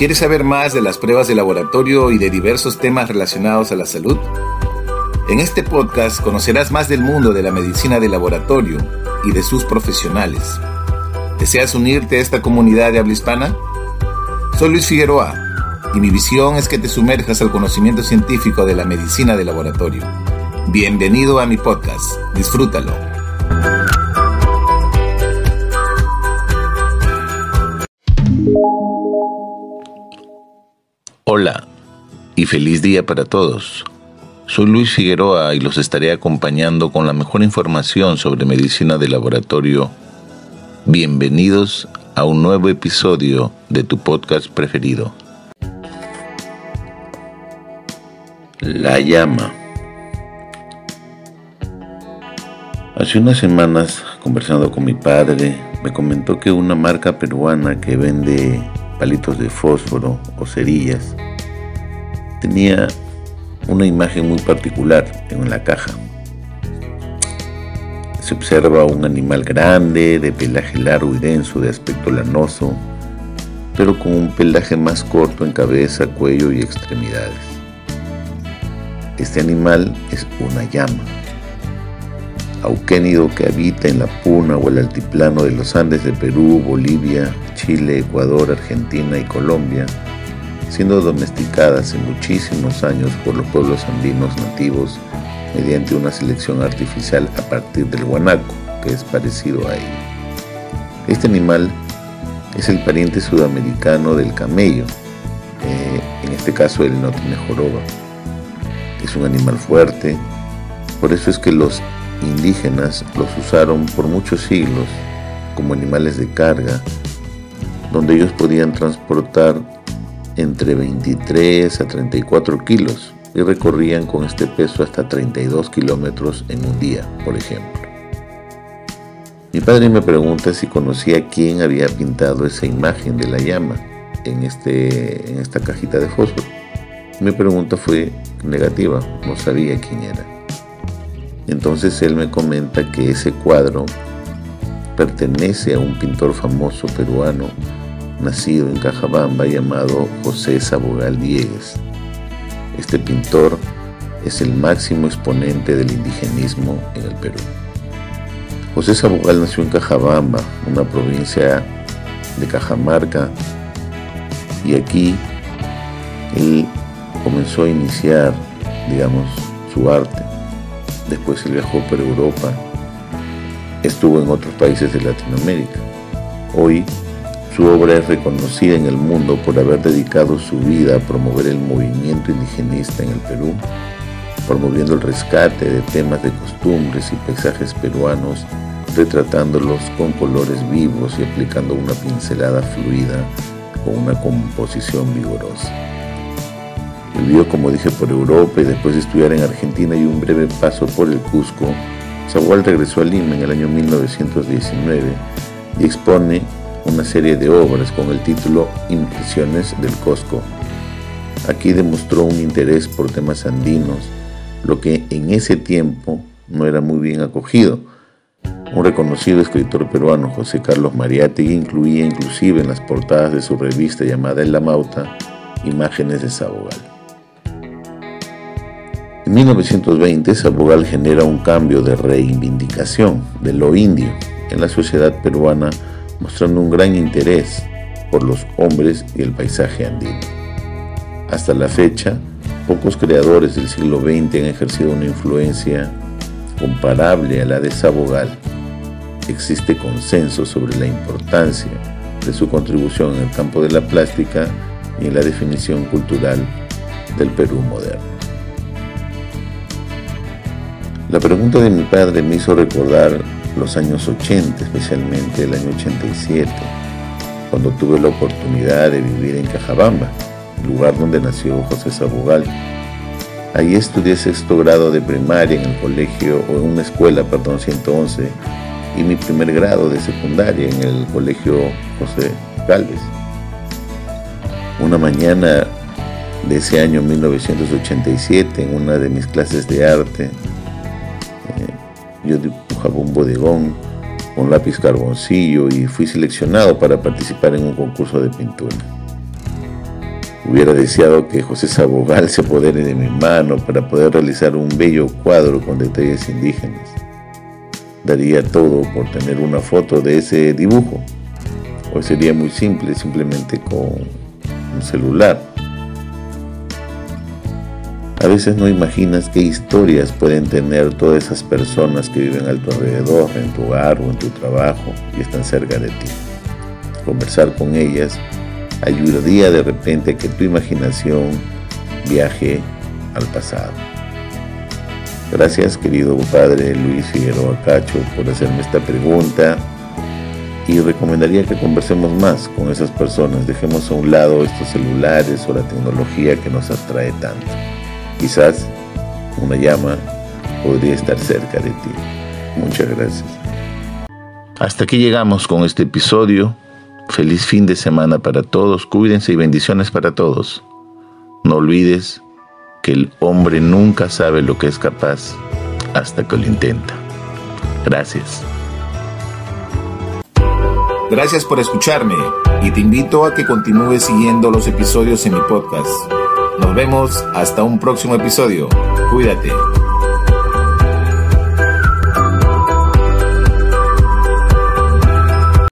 ¿Quieres saber más de las pruebas de laboratorio y de diversos temas relacionados a la salud? En este podcast conocerás más del mundo de la medicina de laboratorio y de sus profesionales. ¿Deseas unirte a esta comunidad de habla hispana? Soy Luis Figueroa y mi visión es que te sumerjas al conocimiento científico de la medicina de laboratorio. Bienvenido a mi podcast. Disfrútalo. Hola y feliz día para todos. Soy Luis Figueroa y los estaré acompañando con la mejor información sobre medicina de laboratorio. Bienvenidos a un nuevo episodio de tu podcast preferido. La llama. Hace unas semanas, conversando con mi padre, me comentó que una marca peruana que vende palitos de fósforo o cerillas tenía una imagen muy particular en la caja. Se observa un animal grande, de pelaje largo y denso, de aspecto lanoso, pero con un pelaje más corto en cabeza, cuello y extremidades. Este animal es una llama, auquénido que habita en la puna o el altiplano de los Andes de Perú, Bolivia, Chile, Ecuador, Argentina y Colombia, siendo domesticada hace muchísimos años por los pueblos andinos nativos mediante una selección artificial a partir del guanaco, que es parecido a él. Este animal es el pariente sudamericano del camello, en este caso él no tiene joroba. Es un animal fuerte, por eso es que los indígenas los usaron por muchos siglos como animales de carga, donde ellos podían transportar entre 23 a 34 kilos y recorrían con este peso hasta 32 kilómetros en un día, por ejemplo. Mi padre me pregunta si conocía quién había pintado esa imagen de la llama en esta cajita de fósforo. Mi pregunta fue negativa, no sabía quién era. Entonces él me comenta que ese cuadro pertenece a un pintor famoso peruano nacido en Cajabamba llamado José Sabogal Diegues. Este pintor es el máximo exponente del indigenismo en el Perú. José Sabogal nació en Cajabamba, una provincia de Cajamarca, y aquí él comenzó a iniciar, su arte. Después él viajó por Europa, estuvo en otros países de Latinoamérica. Hoy su obra es reconocida en el mundo por haber dedicado su vida a promover el movimiento indigenista en el Perú, promoviendo el rescate de temas de costumbres y paisajes peruanos, retratándolos con colores vivos y aplicando una pincelada fluida con una composición vigorosa. Vivió, como dije, por Europa y después de estudiar en Argentina y un breve paso por el Cusco, Sabogal regresó a Lima en el año 1919 y expone una serie de obras con el título Impresiones del Cusco. Aquí demostró un interés por temas andinos, lo que en ese tiempo no era muy bien acogido. Un reconocido escritor peruano, José Carlos Mariátegui, incluía inclusive en las portadas de su revista llamada El Amauta imágenes de Sabogal. En 1920, Sabogal genera un cambio de reivindicación de lo indio en la sociedad peruana, mostrando un gran interés por los hombres y el paisaje andino. Hasta la fecha, pocos creadores del siglo XX han ejercido una influencia comparable a la de Sabogal. Existe consenso sobre la importancia de su contribución en el campo de la plástica y en la definición cultural del Perú moderno. La pregunta de mi padre me hizo recordar los años 80, especialmente el año 87, cuando tuve la oportunidad de vivir en Cajabamba, el lugar donde nació José Sabogal. Allí estudié sexto grado de primaria en el colegio, o en una escuela, 111, y mi primer grado de secundaria en el colegio José Gálvez. Una mañana de ese año 1987, en una de mis clases de arte, yo dibujaba un bodegón con lápiz carboncillo y fui seleccionado para participar en un concurso de pintura. Hubiera deseado que José Sabogal se apodere de mi mano para poder realizar un bello cuadro con detalles indígenas. Daría todo por tener una foto de ese dibujo. Hoy sería muy simple, simplemente con un celular. A veces no imaginas qué historias pueden tener todas esas personas que viven a tu alrededor, en tu hogar o en tu trabajo y están cerca de ti. Conversar con ellas ayudaría de repente a que tu imaginación viaje al pasado. Gracias, querido padre Luis Figueroa Cacho, por hacerme esta pregunta, y recomendaría que conversemos más con esas personas. Dejemos a un lado estos celulares o la tecnología que nos atrae tanto. Quizás una llama podría estar cerca de ti. Muchas gracias. Hasta aquí llegamos con este episodio. Feliz fin de semana para todos. Cuídense y bendiciones para todos. No olvides que el hombre nunca sabe lo que es capaz hasta que lo intenta. Gracias. Gracias por escucharme y te invito a que continúes siguiendo los episodios en mi podcast. Nos vemos hasta un próximo episodio. Cuídate.